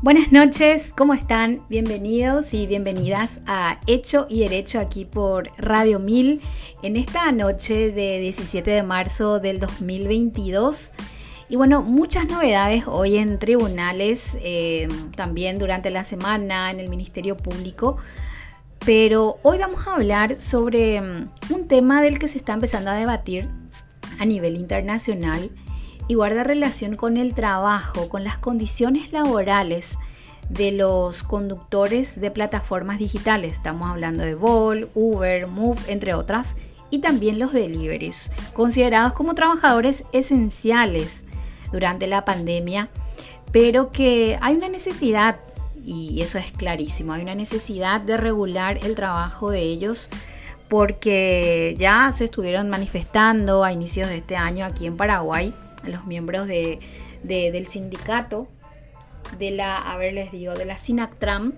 Buenas noches, ¿cómo están? Bienvenidos y bienvenidas a Hecho y Derecho aquí por Radio 1000 en esta noche de 17 de marzo del 2022. Y bueno, muchas novedades hoy en tribunales, también durante la semana en el Ministerio Público. Pero hoy vamos a hablar sobre un tema del que se está empezando a debatir a nivel internacional y guarda relación con el trabajo, con las condiciones laborales de los conductores de plataformas digitales. Estamos hablando de Bolt, Uber, Move, entre otras, y también los deliveries, considerados como trabajadores esenciales durante la pandemia, pero que hay una necesidad, y eso es clarísimo, hay una necesidad de regular el trabajo de ellos, porque ya se estuvieron manifestando a inicios de este año aquí en Paraguay los miembros del sindicato de la SINACTRAM,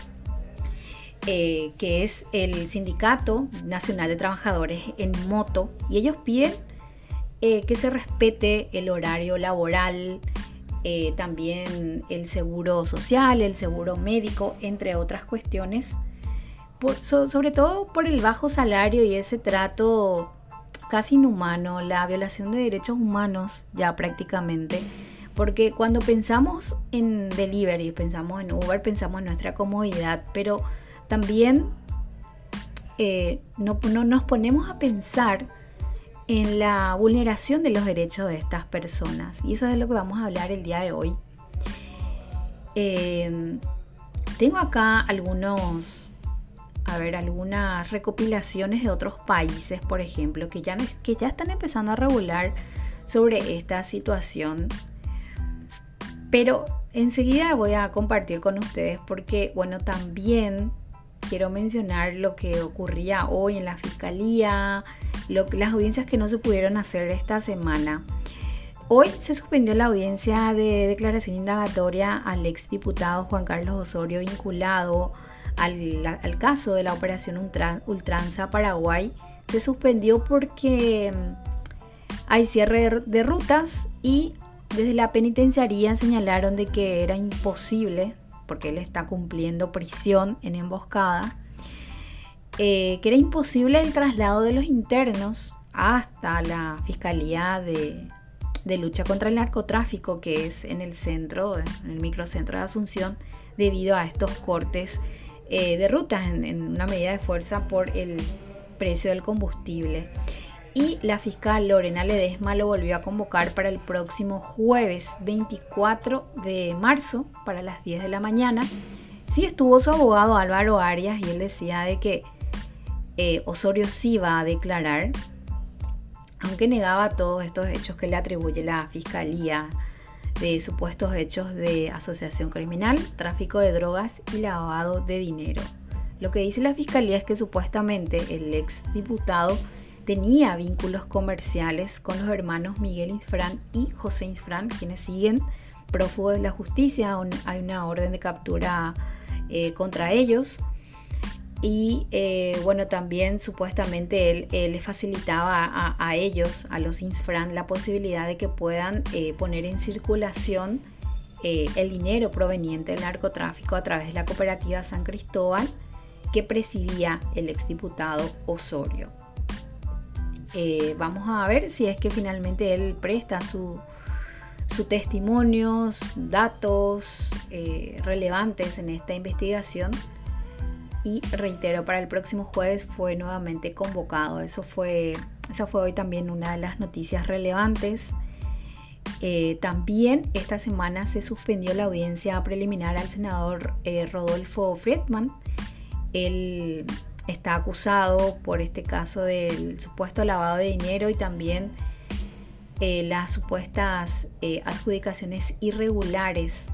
que es el Sindicato Nacional de Trabajadores en Moto, y ellos piden que se respete el horario laboral, también el seguro social, el seguro médico, entre otras cuestiones, sobre todo por el bajo salario y ese trato casi inhumano, la violación de derechos humanos ya prácticamente, porque cuando pensamos en delivery, pensamos en Uber, pensamos en nuestra comodidad, pero también no nos ponemos a pensar en la vulneración de los derechos de estas personas, y eso es de lo que vamos a hablar el día de hoy. Tengo acá algunas recopilaciones de otros países, por ejemplo, que ya están empezando a regular sobre esta situación. Pero enseguida voy a compartir con ustedes porque, bueno, también quiero mencionar lo que ocurría hoy en la Fiscalía, las audiencias que no se pudieron hacer esta semana. Hoy se suspendió la audiencia de declaración indagatoria al exdiputado Juan Carlos Osorio vinculado al caso de la operación Ultranza Paraguay. Se suspendió porque hay cierre de rutas y desde la penitenciaría señalaron de que era imposible, porque él está cumpliendo prisión en emboscada, que era imposible el traslado de los internos hasta la Fiscalía de Lucha contra el Narcotráfico, que es en el microcentro de Asunción, debido a estos cortes de rutas en una medida de fuerza por el precio del combustible. Y la fiscal Lorena Ledesma lo volvió a convocar para el próximo jueves 24 de marzo para las 10 de la mañana. Sí estuvo su abogado Álvaro Arias y él decía de que Osorio sí va a declarar, aunque negaba todos estos hechos que le atribuye la fiscalía de supuestos hechos de asociación criminal, tráfico de drogas y lavado de dinero. Lo que dice la fiscalía es que supuestamente el exdiputado tenía vínculos comerciales con los hermanos Miguel Insfrán y José Insfrán, quienes siguen prófugos de la justicia. Hay una orden de captura contra ellos. Y bueno, también supuestamente él les facilitaba a ellos, a los Insfrán, la posibilidad de que puedan poner en circulación el dinero proveniente del narcotráfico a través de la cooperativa San Cristóbal que presidía el exdiputado Osorio. Vamos a ver si es que finalmente él presta sus testimonios, datos relevantes en esta investigación. Y reitero, para el próximo jueves fue nuevamente convocado. Esa fue hoy también una de las noticias relevantes. También esta semana se suspendió la audiencia preliminar al senador Rodolfo Friedman. Él está acusado por este caso del supuesto lavado de dinero y también las supuestas adjudicaciones irregulares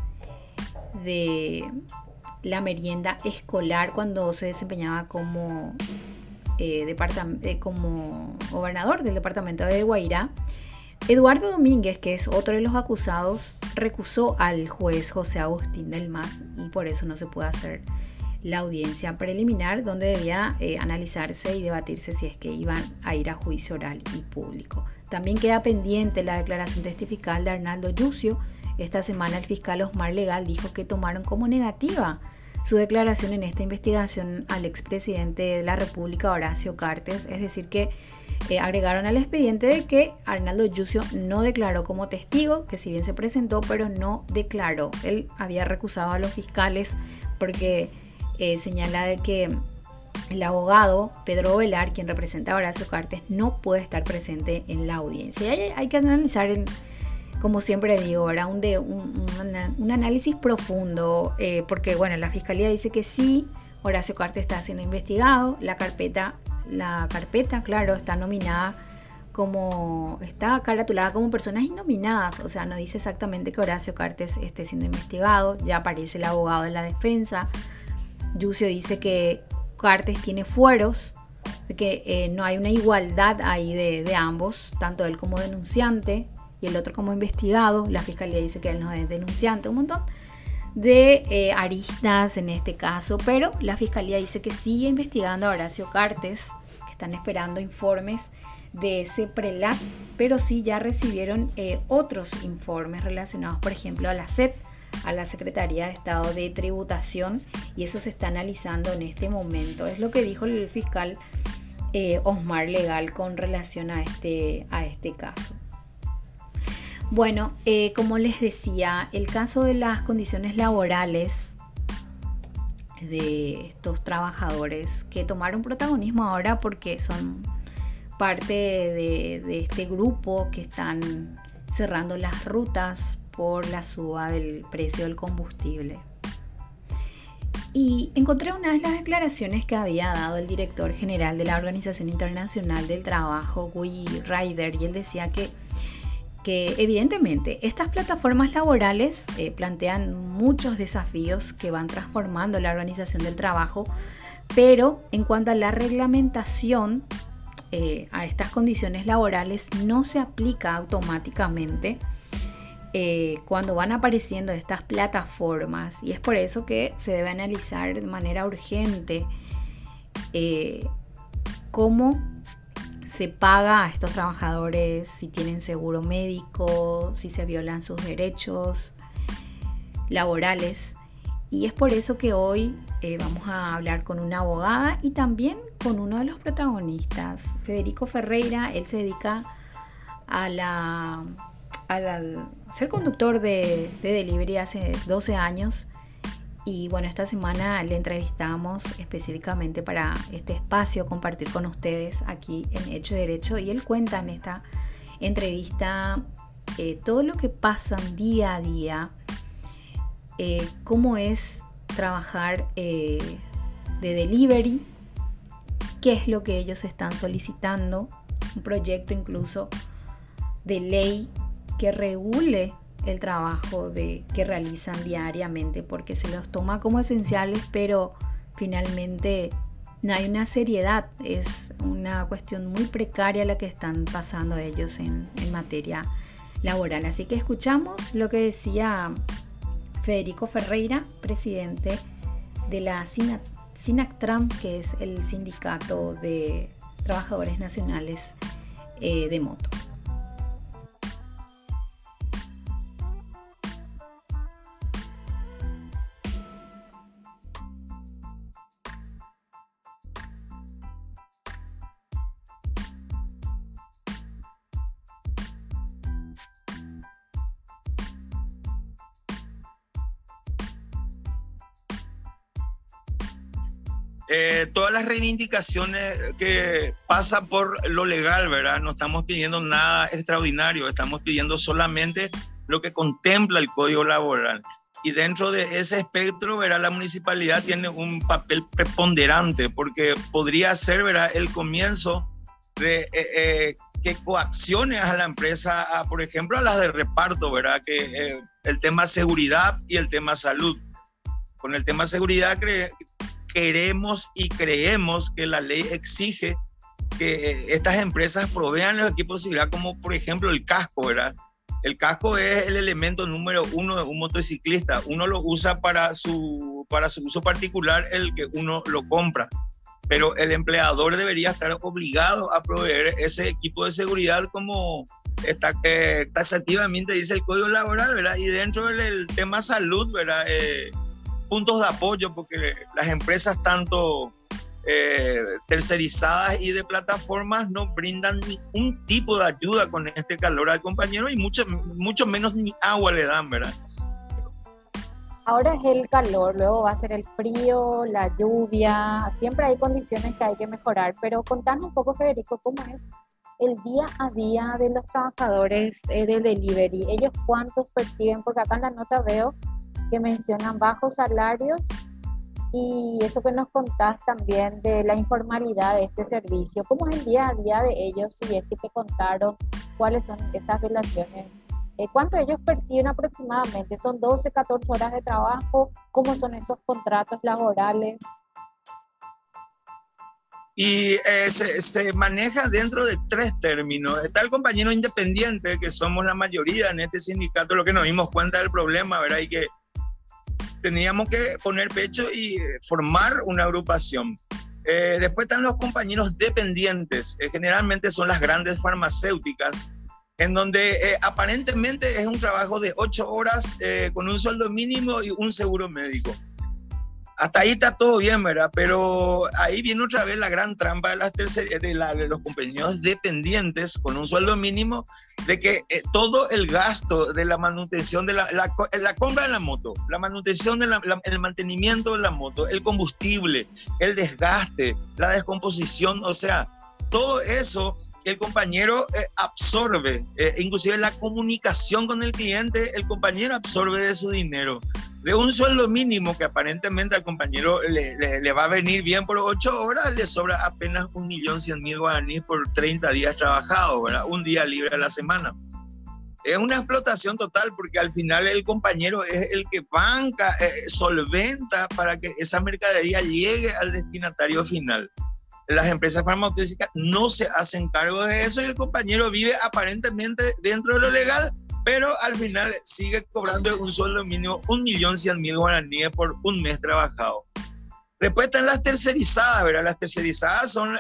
de la merienda escolar cuando se desempeñaba como gobernador del departamento de Guairá. Eduardo Domínguez, que es otro de los acusados, recusó al juez José Agustín del Mas y por eso no se puede hacer la audiencia preliminar, donde debía analizarse y debatirse si es que iban a ir a juicio oral y público. También queda pendiente la declaración testifical de Arnaldo Yucio, esta semana el fiscal Osmar Legal dijo que tomaron como negativa su declaración en esta investigación al expresidente de la República, Horacio Cartes, es decir que agregaron al expediente de que Arnaldo Yucio no declaró como testigo, que si bien se presentó, pero no declaró. Él había recusado a los fiscales porque señala de que el abogado Pedro Velar, quien representa a Horacio Cartes, no puede estar presente en la audiencia. Y hay que analizar, como siempre digo, ¿verdad? Un análisis profundo, porque bueno, la fiscalía dice que sí, Horacio Cartes está siendo investigado, la carpeta, claro, está nominada como, está caratulada como personas innominadas, o sea, no dice exactamente que Horacio Cartes esté siendo investigado, ya aparece el abogado de la defensa. Yucio dice que Cartes tiene fueros, que no hay una igualdad ahí de ambos, tanto él como denunciante y el otro como investigado. La fiscalía dice que él no es denunciante, un montón de aristas en este caso, pero la fiscalía dice que sigue investigando a Horacio Cartes, que están esperando informes de ese prelat, pero sí ya recibieron otros informes relacionados, por ejemplo, a la SET, a la Secretaría de Estado de Tributación, y eso se está analizando en este momento. Es lo que dijo el fiscal Osmar Legal con relación a este caso. Bueno, como les decía, el caso de las condiciones laborales de estos trabajadores que tomaron protagonismo ahora porque son parte de este grupo que están cerrando las rutas por la suba del precio del combustible. Y encontré una de las declaraciones que había dado el director general de la Organización Internacional del Trabajo, Guy Ryder, y él decía que evidentemente estas plataformas laborales plantean muchos desafíos que van transformando la organización del trabajo, pero en cuanto a la reglamentación a estas condiciones laborales no se aplica automáticamente cuando van apareciendo estas plataformas, y es por eso que se debe analizar de manera urgente cómo se paga a estos trabajadores, si tienen seguro médico, si se violan sus derechos laborales. Y es por eso que hoy vamos a hablar con una abogada y también con uno de los protagonistas, Federico Ferreira. Él se dedica a ser conductor de delivery hace 12 años. Y bueno, esta semana le entrevistamos específicamente para este espacio, compartir con ustedes aquí en Hecho y Derecho. Y él cuenta en esta entrevista todo lo que pasa día a día, cómo es trabajar de delivery, qué es lo que ellos están solicitando, un proyecto incluso de ley que regule el trabajo que realizan diariamente, porque se los toma como esenciales, pero finalmente no hay una seriedad, es una cuestión muy precaria la que están pasando ellos en materia laboral. Así que escuchamos lo que decía Federico Ferreira, presidente de la SINACTRAN, que es el sindicato de trabajadores nacionales de moto. Todas las reivindicaciones que pasan por lo legal, ¿verdad? No estamos pidiendo nada extraordinario, estamos pidiendo solamente lo que contempla el Código Laboral. Y dentro de ese espectro, ¿verdad? La municipalidad tiene un papel preponderante, porque podría ser, ¿verdad?, el comienzo de que coaccione a la empresa, por ejemplo, a las de reparto, ¿verdad? Que el tema seguridad y el tema salud. Con el tema seguridad queremos y creemos que la ley exige que estas empresas provean los equipos de seguridad, como por ejemplo el casco, ¿verdad? El casco es el elemento número uno de un motociclista. Uno lo usa para su uso particular, el que uno lo compra, pero el empleador debería estar obligado a proveer ese equipo de seguridad como está taxativamente dice el Código Laboral, ¿verdad? Y dentro del tema salud, ¿verdad? Puntos de apoyo, porque las empresas tanto tercerizadas y de plataformas no brindan ningún tipo de ayuda con este calor al compañero y mucho menos ni agua le dan, ¿verdad? Ahora es el calor, luego va a ser el frío, la lluvia, siempre hay condiciones que hay que mejorar, pero contanos un poco, Federico, cómo es el día a día de los trabajadores de delivery. ¿Ellos cuántos perciben? Porque acá en la nota veo que mencionan bajos salarios y eso que nos contás también de la informalidad de este servicio. ¿Cómo es el día a día de ellos? Si es que te contaron cuáles son esas relaciones. ¿Cuánto ellos perciben aproximadamente? ¿Son 12, 14 horas de trabajo? ¿Cómo son esos contratos laborales? Y se maneja dentro de 3 términos. Está el compañero independiente, que somos la mayoría en este sindicato, lo que nos dimos cuenta del problema, ¿verdad? Y que teníamos que poner pecho y formar una agrupación. Después están los compañeros dependientes, generalmente son las grandes farmacéuticas, en donde aparentemente es un trabajo de 8 horas con un sueldo mínimo y un seguro médico. Hasta ahí está todo bien, ¿verdad? Pero ahí viene otra vez la gran trampa de los compañeros dependientes con un sueldo mínimo, de que todo el gasto de la manutención de la compra de la moto, la manutención el mantenimiento de la moto, el combustible, el desgaste, la descomposición, o sea, todo eso el compañero absorbe, inclusive la comunicación con el cliente, el compañero absorbe de su dinero. De un sueldo mínimo que aparentemente al compañero le va a venir bien por 8 horas, le sobra apenas 1.100.000 guaraníes por 30 días trabajados, ¿verdad? Un día libre a la semana. Es una explotación total, porque al final el compañero es el que banca, solventa para que esa mercadería llegue al destinatario final. Las empresas farmacéuticas no se hacen cargo de eso y el compañero vive aparentemente dentro de lo legal, pero al final sigue cobrando un sueldo mínimo 1.100.000 guaraníes por un mes trabajado. Después están las tercerizadas, ¿verdad? Las tercerizadas son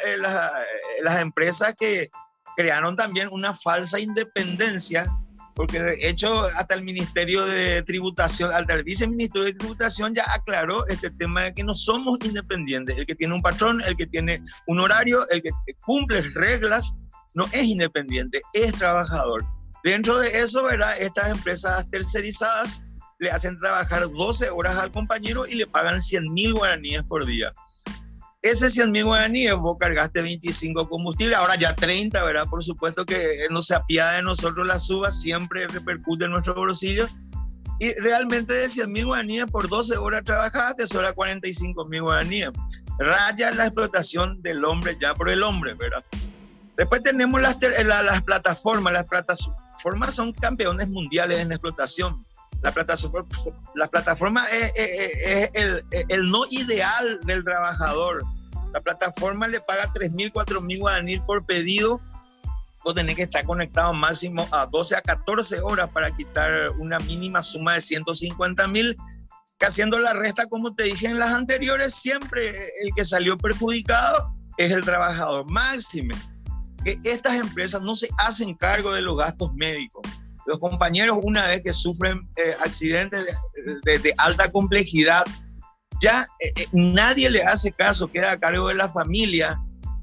las empresas que crearon también una falsa independencia, porque de hecho hasta el Ministerio de Tributación, hasta el Viceministerio de Tributación ya aclaró este tema de que no somos independientes. El que tiene un patrón, el que tiene un horario, el que cumple reglas, no es independiente, es trabajador. Dentro de eso, ¿verdad? Estas empresas tercerizadas le hacen trabajar 12 horas al compañero y le pagan 100.000 guaraníes por día. Ese 100.000 guaraníes, vos cargaste 25 combustible, ahora ya 30, ¿verdad? Por supuesto que no se apiada de nosotros la suba, siempre repercute en nuestro bolsillo. Y realmente de 100.000 guaraníes por 12 horas trabajadas te sobra 45.000 guaraníes. Raya la explotación del hombre ya por el hombre, ¿verdad? Después tenemos las plataformas. Las plataformas son campeones mundiales en explotación. La plataforma es el no ideal del trabajador. La plataforma le paga 3.000, 4.000 guaraníes por pedido. Vos tenés que estar conectado máximo a 12 a 14 horas para quitar una mínima suma de 150.000. Que haciendo la resta, como te dije en las anteriores, siempre el que salió perjudicado es el trabajador. Máxime que estas empresas no se hacen cargo de los gastos médicos. Los compañeros, una vez que sufren accidentes de alta complejidad, ya nadie le hace caso, queda a cargo de la familia.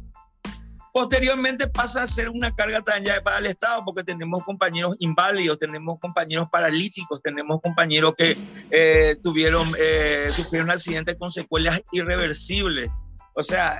Posteriormente pasa a ser una carga también para el Estado, porque tenemos compañeros inválidos, tenemos compañeros paralíticos, tenemos compañeros que sufrieron accidentes con secuelas irreversibles. O sea,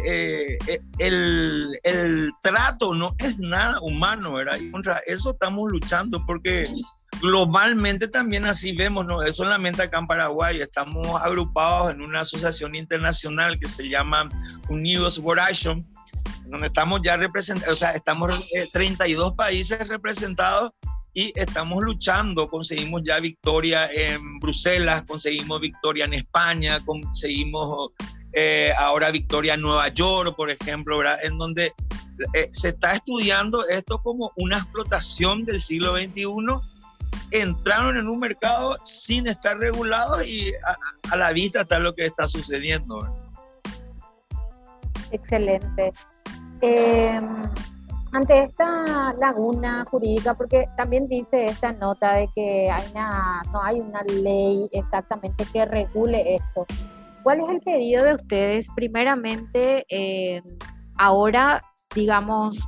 el trato no es nada humano, ¿verdad? Y contra eso estamos luchando, porque globalmente también así vemos, no es solamente acá en Paraguay, estamos agrupados en una asociación internacional que se llama Unidos for Action, donde estamos ya representados, o sea, estamos 32 países representados y estamos luchando. Conseguimos ya victoria en Bruselas, conseguimos victoria en España, conseguimos ahora victoria en Nueva York, por ejemplo, ¿verdad? En donde se está estudiando esto como una explotación del siglo XXI. Entraron en un mercado sin estar regulados y a la vista está lo que está sucediendo, ¿verdad? Excelente. Ante esta laguna jurídica, porque también dice esta nota de que no hay una ley exactamente que regule esto. ¿Cuál es el pedido de ustedes? Primeramente, ahora, digamos,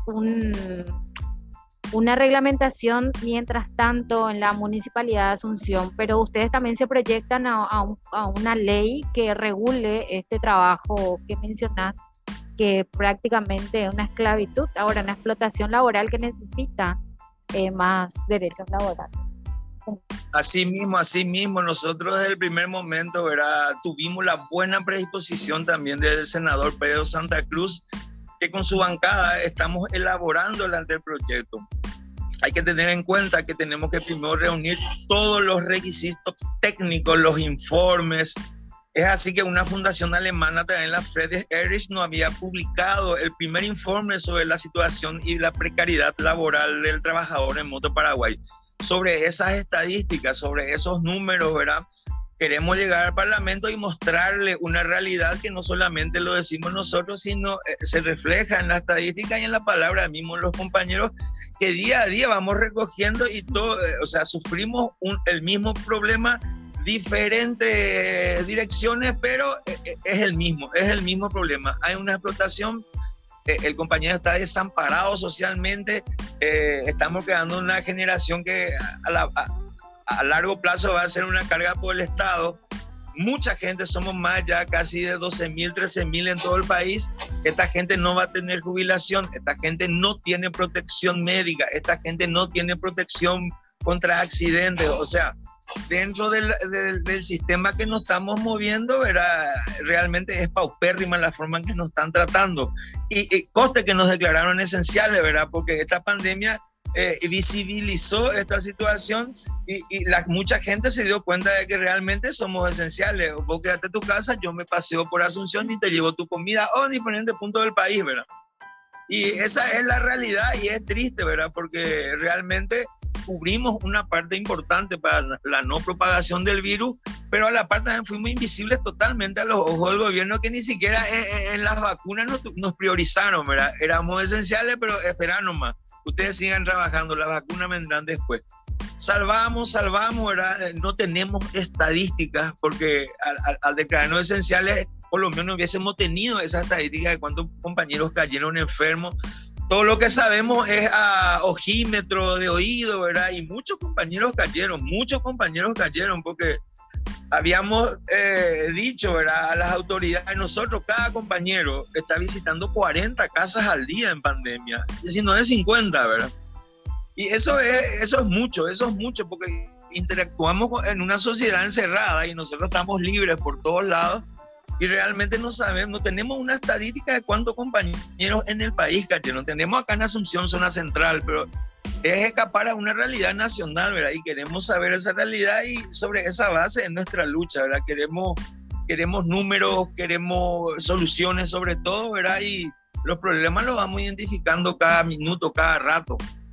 una reglamentación mientras tanto en la Municipalidad de Asunción, pero ustedes también se proyectan a una ley que regule este trabajo que mencionás, que prácticamente es una esclavitud, ahora una explotación laboral que necesita más derechos laborales. Así mismo, nosotros desde el primer momento, ¿verdad? Tuvimos la buena predisposición también del senador Pedro Santa Cruz, que con su bancada estamos elaborando el anteproyecto. Hay que tener en cuenta que tenemos que primero reunir todos los requisitos técnicos, los informes. Es así que una fundación alemana, también la Friedrich Erich, nos había publicado el primer informe sobre la situación y la precariedad laboral del trabajador en Moto Paraguay. Sobre esas estadísticas, sobre esos números, ¿verdad? Queremos llegar al Parlamento y mostrarle una realidad que no solamente lo decimos nosotros, sino se refleja en la estadística y en la palabra mismo los compañeros que día a día vamos recogiendo y todo, o sea, sufrimos el mismo problema, diferentes direcciones, pero es el mismo problema. Hay una explotación, el compañero está desamparado socialmente, estamos creando una generación que a largo plazo va a ser una carga por el Estado. Mucha gente, somos más ya casi de 12.000, 13.000 en todo el país. Esta gente no va a tener jubilación, esta gente no tiene protección médica, esta gente no tiene protección contra accidentes. O sea, dentro del sistema que nos estamos moviendo, ¿verdad? Realmente es paupérrima la forma en que nos están tratando. Y coste que nos declararon esenciales, ¿verdad? Porque esta pandemia visibilizó esta situación y mucha gente se dio cuenta de que realmente somos esenciales. Vos quédate en tu casa, yo me paseo por Asunción y te llevo tu comida o en diferentes puntos del país, ¿verdad? Y esa es la realidad y es triste, ¿verdad? Porque realmente cubrimos una parte importante para la no propagación del virus, pero a la parte también fuimos invisibles totalmente a los ojos del gobierno, que ni siquiera en las vacunas nos priorizaron, ¿verdad? Éramos esenciales, pero esperaron nomás. Ustedes sigan trabajando, las vacunas vendrán después. Salvamos, ¿verdad? No tenemos estadísticas, porque al declararnos esenciales, por lo menos hubiésemos tenido esa estadística de cuántos compañeros cayeron enfermos. Todo lo que sabemos es a ojímetro de oído, ¿verdad? Y muchos compañeros cayeron, porque habíamos dicho, ¿verdad? A las autoridades, nosotros, cada compañero está visitando 40 casas al día en pandemia, es decir, no es 50, ¿verdad? Y eso es mucho, porque interactuamos en una sociedad encerrada y nosotros estamos libres por todos lados y realmente no sabemos, no tenemos una estadística de cuántos compañeros en el país cayeron. Tenemos acá en Asunción, zona central, pero es escapar a una realidad nacional, ¿verdad? Y queremos saber esa realidad y sobre esa base es nuestra lucha, ¿verdad? Queremos números, queremos soluciones sobre todo, ¿verdad? Y los problemas los vamos identificando cada minuto, cada rato.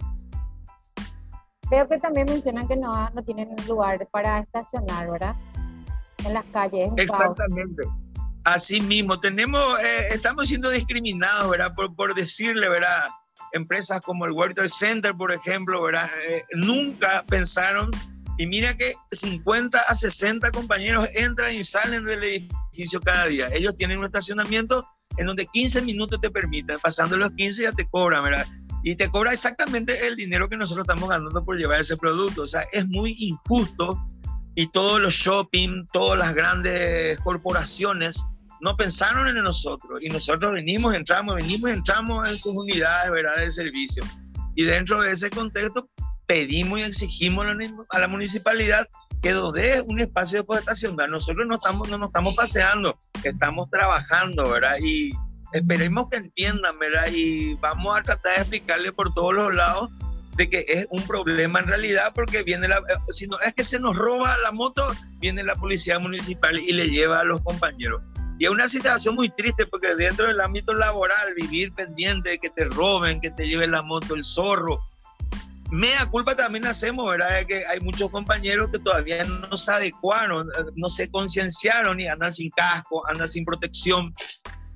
Veo que también mencionan que no tienen lugar para estacionar, ¿verdad? En las calles. Exactamente. Caos. Así mismo, estamos siendo discriminados, ¿verdad? Por decirle, ¿verdad? Empresas como el World Trade Center, por ejemplo, ¿verdad? Nunca pensaron, y mira que 50 a 60 compañeros entran y salen del edificio cada día. Ellos tienen un estacionamiento en donde 15 minutos te permiten, pasando los 15 ya te cobran, ¿verdad? Y te cobra exactamente el dinero que nosotros estamos ganando por llevar ese producto. O sea, es muy injusto y todos los shopping, todas las grandes corporaciones no pensaron en nosotros y nosotros venimos, entramos en sus unidades, ¿verdad?, de servicio. Y dentro de ese contexto pedimos y exigimos a la municipalidad que nos dé un espacio para estacionar. Nosotros no nos estamos paseando, estamos trabajando, ¿verdad? Y esperemos que entiendan, ¿verdad? Y vamos a tratar de explicarle por todos los lados de que es un problema en realidad, porque si no es que se nos roba la moto, viene la policía municipal y le lleva a los compañeros. Y es una situación muy triste, porque dentro del ámbito laboral, vivir pendiente de que te roben, que te lleven la moto, el zorro. Mea culpa también hacemos, ¿verdad? De que hay muchos compañeros que todavía no se adecuaron, no se concienciaron y andan sin casco, andan sin protección.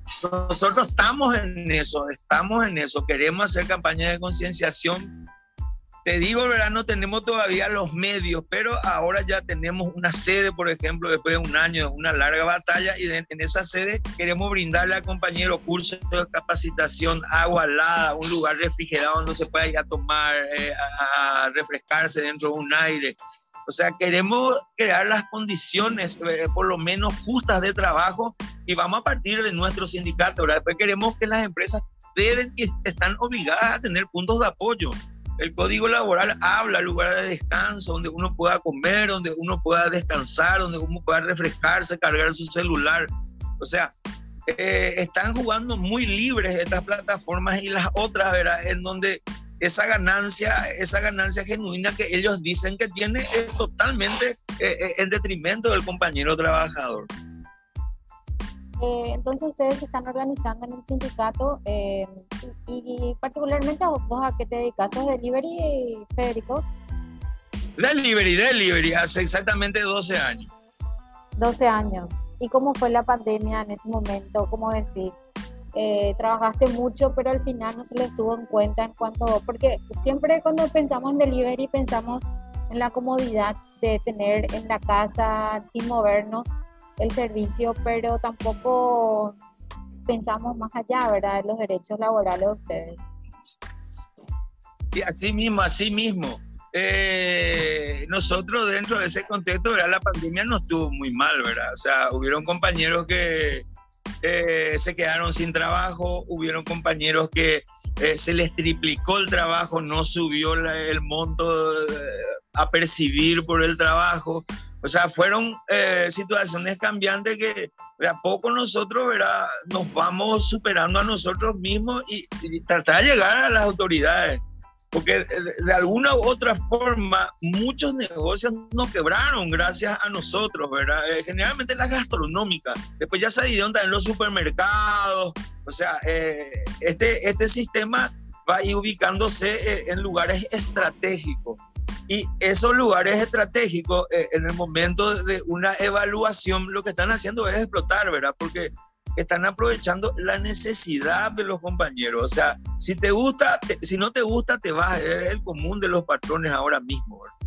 Nosotros estamos en eso, queremos hacer campañas de concienciación. Te digo, ¿verdad? No tenemos todavía los medios, pero ahora ya tenemos una sede, por ejemplo, después de un año de una larga batalla, y en esa sede queremos brindarle al compañero cursos de capacitación, agua helada, un lugar refrigerado donde se pueda ir a tomar, a refrescarse dentro de un aire. O sea, queremos crear las condiciones, por lo menos justas de trabajo, y vamos a partir de nuestro sindicato, ¿verdad? Después queremos que las empresas están obligadas a tener puntos de apoyo. El Código Laboral habla de lugares de descanso, donde uno pueda comer, donde uno pueda descansar, donde uno pueda refrescarse, cargar su celular. O sea, están jugando muy libres estas plataformas y las otras, ¿verdad? En donde esa ganancia genuina que ellos dicen que tiene es totalmente en detrimento del compañero trabajador. Entonces ustedes se están organizando en el sindicato y particularmente vos a qué te dedicas. ¿Sos delivery, Federico? Delivery, hace exactamente 12 años. 12 años. ¿Y cómo fue la pandemia en ese momento? ¿Cómo decís? Trabajaste mucho, pero al final no se les tuvo en cuenta en cuanto... Porque siempre cuando pensamos en delivery pensamos en la comodidad de tener en la casa sin movernos el servicio, pero tampoco pensamos más allá, ¿verdad?, de los derechos laborales de ustedes. Y así mismo. Nosotros dentro de ese contexto, ¿verdad?, la pandemia no estuvo muy mal, ¿verdad? O sea, hubieron compañeros que se quedaron sin trabajo, hubieron compañeros que se les triplicó el trabajo, no subió el monto a percibir por el trabajo. O sea, fueron situaciones cambiantes que de a poco nosotros, ¿verdad?, nos vamos superando a nosotros mismos y tratar de llegar a las autoridades. Porque de alguna u otra forma muchos negocios no quebraron gracias a nosotros, ¿verdad? Generalmente las gastronómicas, después ya se adhirieron también los supermercados. O sea, este sistema va a ir ubicándose en lugares estratégicos. Y esos lugares estratégicos, en el momento de una evaluación, lo que están haciendo es explotar, ¿verdad? Porque están aprovechando la necesidad de los compañeros. O sea, si te gusta, si no te gusta, te vas. Es el común de los patrones ahora mismo, ¿verdad?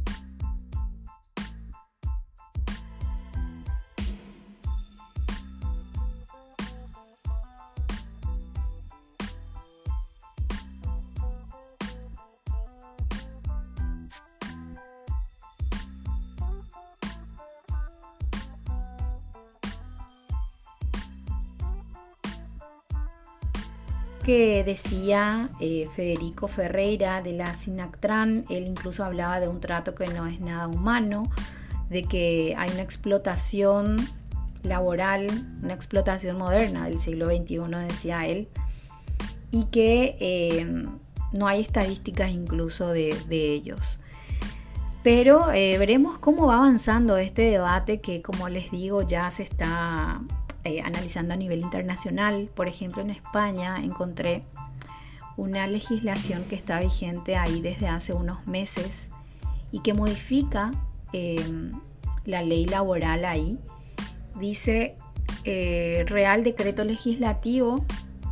Que decía Federico Ferreira de la SINACTRAN. Él incluso hablaba de un trato que no es nada humano, de que hay una explotación laboral, una explotación moderna del siglo XXI, decía él, y que no hay estadísticas incluso de ellos. Pero veremos cómo va avanzando este debate que, como les digo, ya se está analizando a nivel internacional. Por ejemplo, en España encontré una legislación que está vigente ahí desde hace unos meses y que modifica la ley laboral ahí. Dice Real Decreto Legislativo,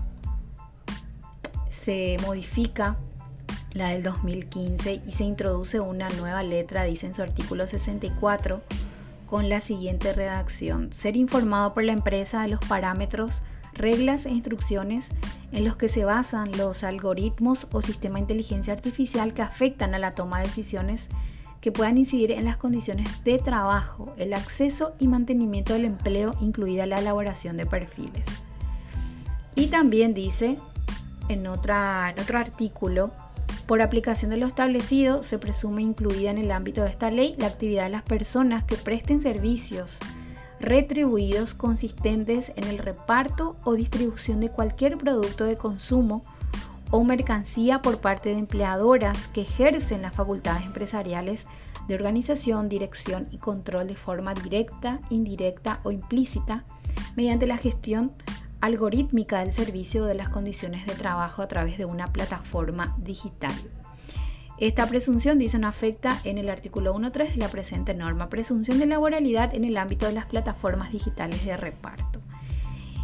se modifica la del 2015 y se introduce una nueva letra, dice en su artículo 64, con la siguiente redacción: ser informado por la empresa de los parámetros, reglas e instrucciones en los que se basan los algoritmos o sistema de inteligencia artificial que afectan a la toma de decisiones que puedan incidir en las condiciones de trabajo, el acceso y mantenimiento del empleo, incluida la elaboración de perfiles. Y también dice en otro artículo: por aplicación de lo establecido, se presume incluida en el ámbito de esta ley la actividad de las personas que presten servicios retribuidos consistentes en el reparto o distribución de cualquier producto de consumo o mercancía por parte de empleadoras que ejercen las facultades empresariales de organización, dirección y control de forma directa, indirecta o implícita mediante la gestión algorítmica del servicio de las condiciones de trabajo a través de una plataforma digital. Esta presunción, dice, no afecta en el artículo 1.3 de la presente norma, presunción de laboralidad en el ámbito de las plataformas digitales de reparto.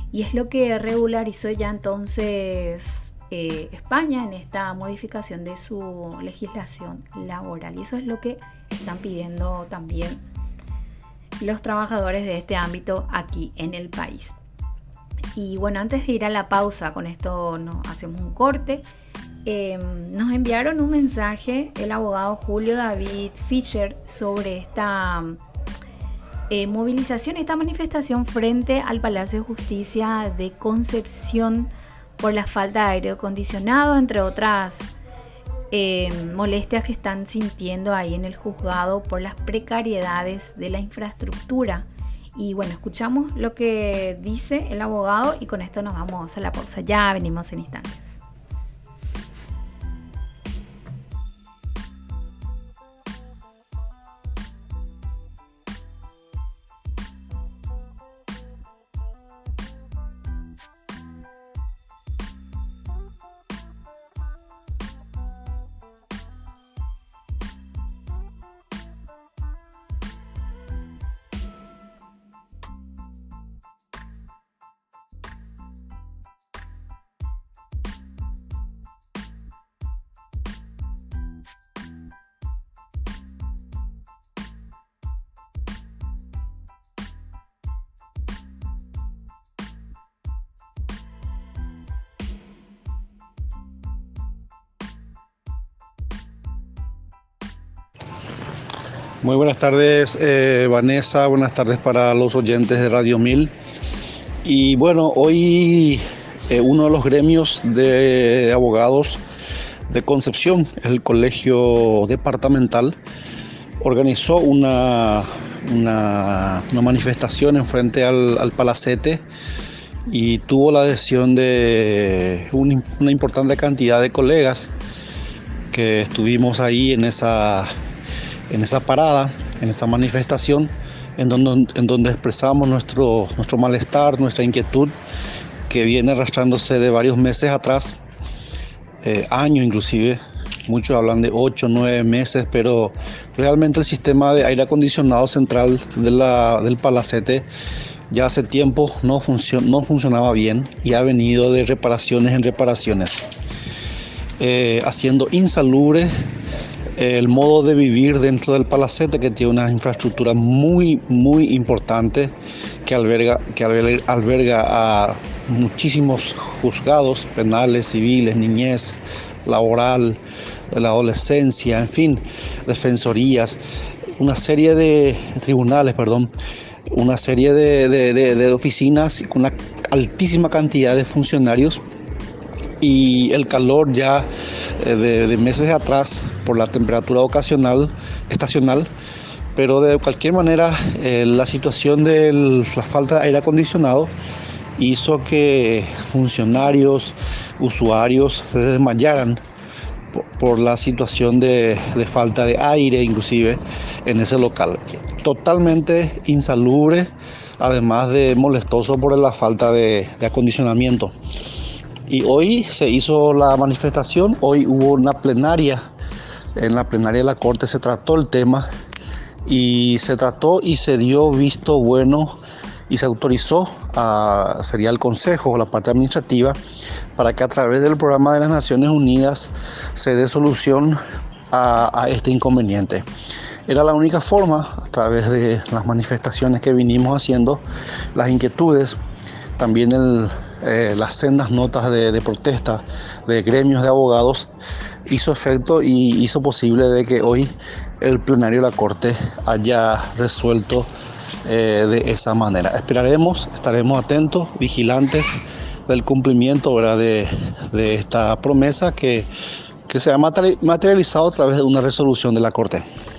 Y es lo que regularizó ya entonces España en esta modificación de su legislación laboral. Y eso es lo que están pidiendo también los trabajadores de este ámbito aquí en el país. Y bueno, antes de ir a la pausa, con esto nos hacemos un corte. Nos enviaron un mensaje el abogado Julio David Fischer sobre esta movilización, esta manifestación frente al Palacio de Justicia de Concepción por la falta de aire acondicionado, entre otras molestias que están sintiendo ahí en el juzgado por las precariedades de la infraestructura. Y bueno, escuchamos lo que dice el abogado y con esto nos vamos a la pausa. Ya venimos en instantes. Muy buenas tardes, Vanessa, buenas tardes para los oyentes de Radio 1000. Y bueno, hoy uno de los gremios de abogados de Concepción, el Colegio Departamental, organizó una manifestación en frente al Palacete y tuvo la adhesión de una importante cantidad de colegas que estuvimos ahí en esa parada, en esa manifestación, en donde expresamos nuestro malestar, nuestra inquietud, que viene arrastrándose de varios meses atrás, años inclusive. Muchos hablan de 8 o 9 meses, pero realmente el sistema de aire acondicionado central del Palacete ya hace tiempo no funcionaba bien y ha venido de reparaciones en reparaciones, haciendo insalubre el modo de vivir dentro del Palacete, que tiene una infraestructura muy importante, que alberga a muchísimos juzgados penales, civiles, niñez, laboral, de la adolescencia, en fin, defensorías, una serie de tribunales, una serie de oficinas con una altísima cantidad de funcionarios. Y el calor ya de meses atrás por la temperatura estacional, pero de cualquier manera la situación de la falta de aire acondicionado hizo que funcionarios, usuarios se desmayaran por la situación de falta de aire, inclusive en ese local. Totalmente insalubre, además de molestoso por la falta de acondicionamiento. Y hoy se hizo la manifestación, hoy hubo una plenaria, en la plenaria de la Corte se trató el tema y se dio visto bueno y se autorizó sería el Consejo, la parte administrativa, para que a través del programa de las Naciones Unidas se dé solución a este inconveniente. Era la única forma, a través de las manifestaciones que vinimos haciendo, las inquietudes, también las sendas notas de protesta de gremios de abogados hizo efecto y hizo posible de que hoy el plenario de la Corte haya resuelto de esa manera. Estaremos atentos, vigilantes del cumplimiento, ¿verdad?, de esta promesa que se ha materializado a través de una resolución de la Corte.